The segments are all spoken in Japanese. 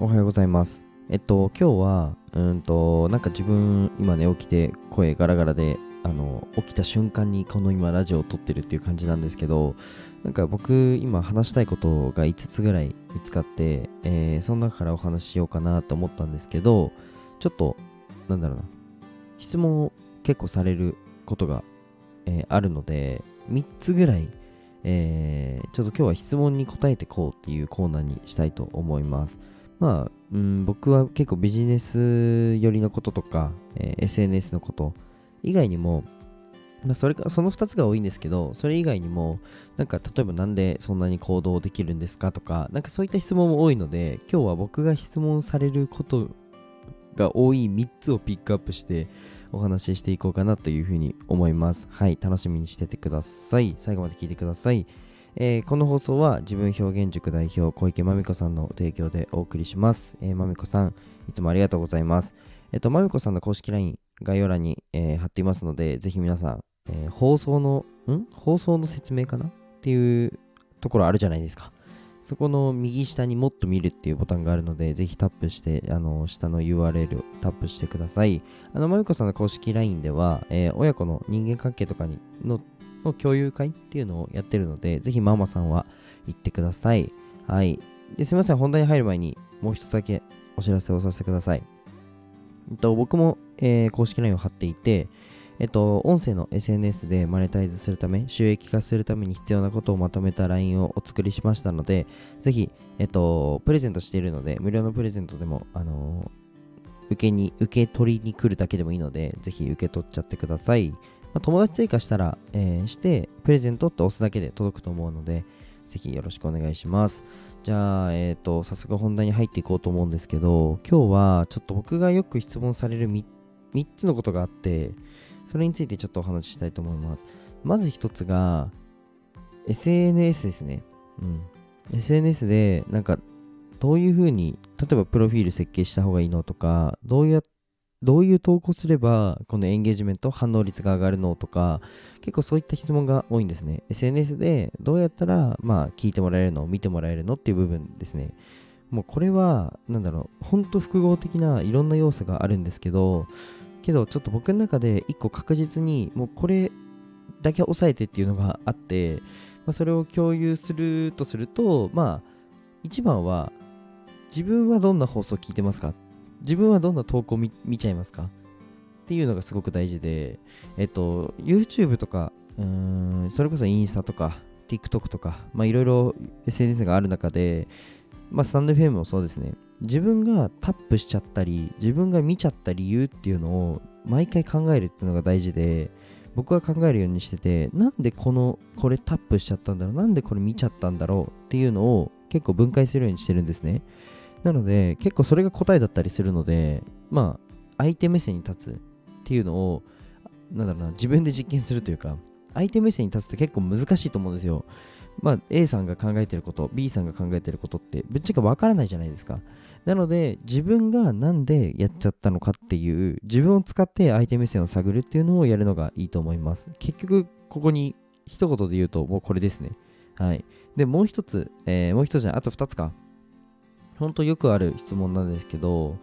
おはようございます。今日は、なんか自分、今ね、起きて声ガラガラで、起きた瞬間にこの今ラジオを撮ってるっていう感じなんですけど、なんか僕、今話したいことが5つぐらい見つかって、その中からお話ししようかなと思ったんですけど、ちょっと、なんだろうな、質問を結構されることが、あるので、3つぐらい、ちょっと今日は質問に答えてこうっていうコーナーにしたいと思います。僕は結構ビジネス寄りのこととか、SNS のこと以外にも、その2つが多いんですけど、それ以外にも、なんか例えばなんでそんなに行動できるんですかとか、なんかそういった質問も多いので、今日は僕が質問されることが多い3つをピックアップしてお話ししていこうかなというふうに思います。はい、楽しみにしててください。最後まで聞いてください。この放送は自分表現塾代表小池まみこさんの提供でお送りします。まみこさん、いつもありがとうございます。まみこさんの公式 LINE 概要欄に、貼っていますので、ぜひ皆さん、放送の説明かなっていうところあるじゃないですか。そこの右下にもっと見るっていうボタンがあるので、ぜひタップして、下の URL をタップしてください。まみこさんの公式 LINE では、親子の人間関係とかの共有会っていうのをやってるので、ぜひママさんは行ってください。はい。で、すみません。本題に入る前にもう一つだけお知らせをさせてください。僕も、公式 LINE を貼っていて、音声の SNS でマネタイズするため、収益化するために必要なことをまとめた LINE をお作りしましたので、ぜひ、プレゼントしているので、無料のプレゼントでも、受け取りに来るだけでもいいので、ぜひ受け取っちゃってください。友達追加したら、して、プレゼントって押すだけで届くと思うので、ぜひよろしくお願いします。じゃあ、早速本題に入っていこうと思うんですけど、今日はちょっと僕がよく質問される 3つのことがあって、それについてちょっとお話ししたいと思います。まず1つが、SNS ですね。SNS で、なんか、どういう風に、例えばプロフィール設計した方がいいのとか、どういう投稿すればこのエンゲージメント反応率が上がるのとか、結構そういった質問が多いんですね。 SNS でどうやったら聞いてもらえるの、見てもらえるのっていう部分ですね。もうこれは本当複合的ないろんな要素があるんですけどちょっと僕の中で一個確実にもうこれだけ押さえてっていうのがあって、それを共有するとすると、一番は自分はどんな放送を聞いてますか、自分はどんな投稿を見ちゃいますかっていうのがすごく大事で、YouTube とか、それこそインスタとか、TikTok とか、いろいろ SNS がある中で、スタンド FM もそうですね。自分がタップしちゃったり、自分が見ちゃった理由っていうのを毎回考えるっていうのが大事で、僕は考えるようにしてて、なんでこれタップしちゃったんだろう、なんでこれ見ちゃったんだろうっていうのを結構分解するようにしてるんですね。なので、結構それが答えだったりするので、相手目線に立つっていうのを、自分で実験するというか、相手目線に立つって結構難しいと思うんですよ。A さんが考えてること、B さんが考えてることって、ぶっちゃけわからないじゃないですか。なので、自分がなんでやっちゃったのかっていう、自分を使って相手目線を探るっていうのをやるのがいいと思います。結局、ここに一言で言うと、もうこれですね。はい。で、もう一つあと二つか。本当よくある質問なんですけど、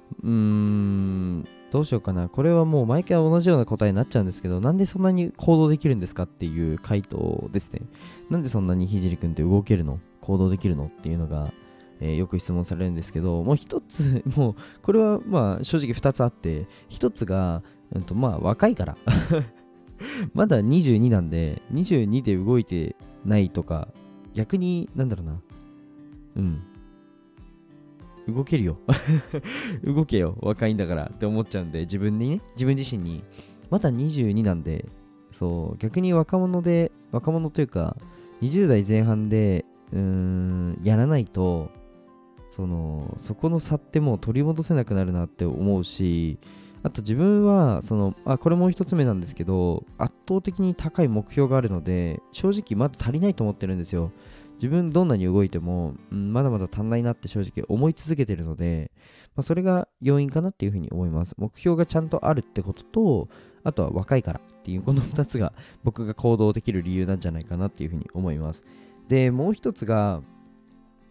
どうしようかな。これはもう毎回同じような答えになっちゃうんですけど、なんでそんなに行動できるんですかっていう回答ですね。なんでそんなにひじりくんって動けるの、行動できるのっていうのが、よく質問されるんですけど、もう一つ、もうこれは正直二つあって、一つが、若いからまだ22なんで、22で動いてないとか、逆に動けるよ動けよ、若いんだからって思っちゃうんで、自分自身に、まだ22なんで、そう、逆に若者というか、20代前半で、やらないと、そこの差ってもう取り戻せなくなるなって思うし、あと自分は、これもう一つ目なんですけど、圧倒的に高い目標があるので、正直まだ足りないと思ってるんですよ。自分どんなに動いても、まだまだ足んないなって正直思い続けてるので、それが要因かなっていうふうに思います。目標がちゃんとあるってことと、あとは若いからっていうこの2つが僕が行動できる理由なんじゃないかなっていうふうに思います。で、もう一つが、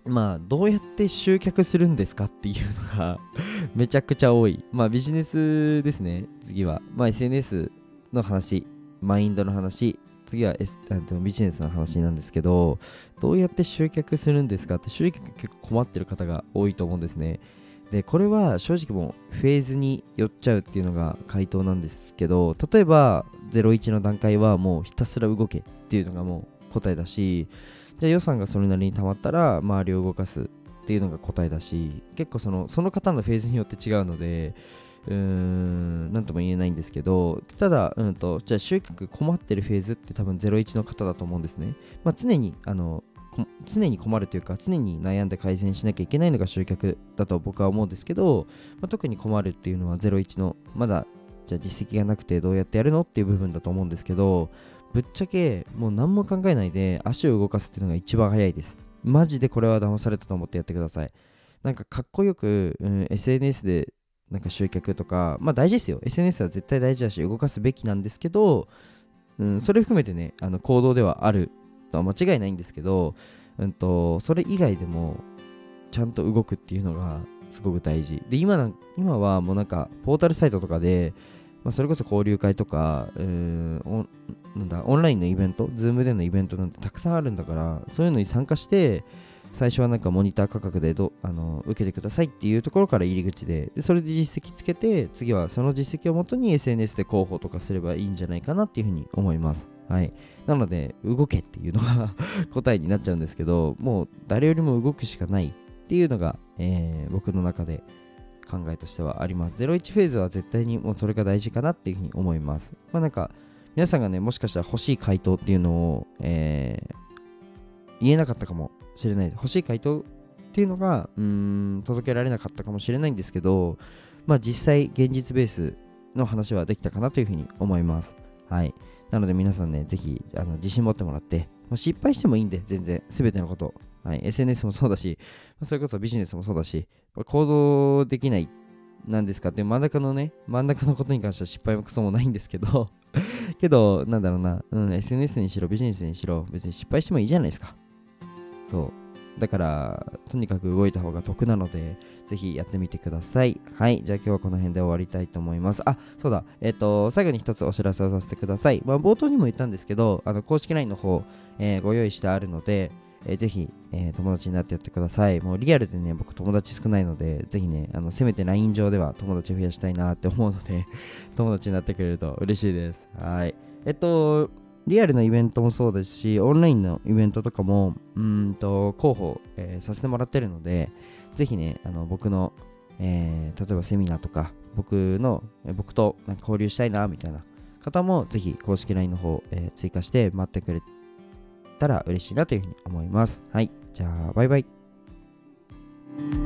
どうやって集客するんですかっていうのがめちゃくちゃ多い。ビジネスですね。次は。SNS の話、マインドの話、次は、ビジネスの話なんですけど、どうやって集客するんですかって、集客結構困ってる方が多いと思うんですね。で、これは正直もうフェーズによっちゃうっていうのが回答なんですけど、例えば01の段階はもうひたすら動けっていうのがもう答えだし、じゃあ予算がそれなりに溜まったら周りを動かすっていうのが答えだし、結構その方のフェーズによって違うので、なんとも言えないんですけど、ただ、じゃあ集客困ってるフェーズって多分01の方だと思うんですね。常に困るというか、常に悩んで改善しなきゃいけないのが集客だと僕は思うんですけど、特に困るっていうのは01のまだじゃあ実績がなくてどうやってやるのっていう部分だと思うんですけど、ぶっちゃけもう何も考えないで足を動かすっていうのが一番早いです。マジでこれは騙されたと思ってやってください。なんかかっこよく、SNS でなんか集客とか、大事ですよ。SNS は絶対大事だし動かすべきなんですけど、それ含めてね、行動ではあるとは間違いないんですけど、それ以外でもちゃんと動くっていうのがすごく大事で、今はもうなんかポータルサイトとかで、それこそ交流会とかオンラインのイベント、ズームでのイベントなんてたくさんあるんだから、そういうのに参加して最初はなんかモニター価格で受けてくださいっていうところから入り口で、それで実績つけて、次はその実績をもとに SNS で広報とかすればいいんじゃないかなっていうふうに思います。はい。なので、動けっていうのが答えになっちゃうんですけど、もう誰よりも動くしかないっていうのが、僕の中で考えとしてはあります。01フェーズは絶対にもうそれが大事かなっていうふうに思います。なんか、皆さんがね、もしかしたら欲しい回答っていうのを、言えなかったかもしれない。欲しい回答っていうのが届けられなかったかもしれないんですけど、実際現実ベースの話はできたかなというふうに思います。はい。なので皆さんね、ぜひ自信持ってもらって、失敗してもいいんで、全然全てのこと、はい、SNS もそうだし、それこそビジネスもそうだし、行動できないなんですかって真ん中のことに関しては失敗もクソもないんですけどなんだろうな、SNS にしろビジネスにしろ別に失敗してもいいじゃないですか。そうだからとにかく動いた方が得なので、ぜひやってみてください。はい、じゃあ今日はこの辺で終わりたいと思います。そうだ、最後に一つお知らせをさせてください。冒頭にも言ったんですけど、公式 LINE の方、ご用意してあるので、ぜひ、友達になってやってください。もうリアルでね、僕友達少ないので、ぜひね、せめて LINE 上では友達増やしたいなって思うので友達になってくれると嬉しいです。はい。リアルなイベントもそうですし、オンラインのイベントとかも、広報、させてもらってるので、ぜひね、僕の、例えばセミナーとか、僕となんか交流したいな、みたいな方も、ぜひ公式 LINE の方、追加して待ってくれたら嬉しいなというふうに思います。はい。じゃあ、バイバイ。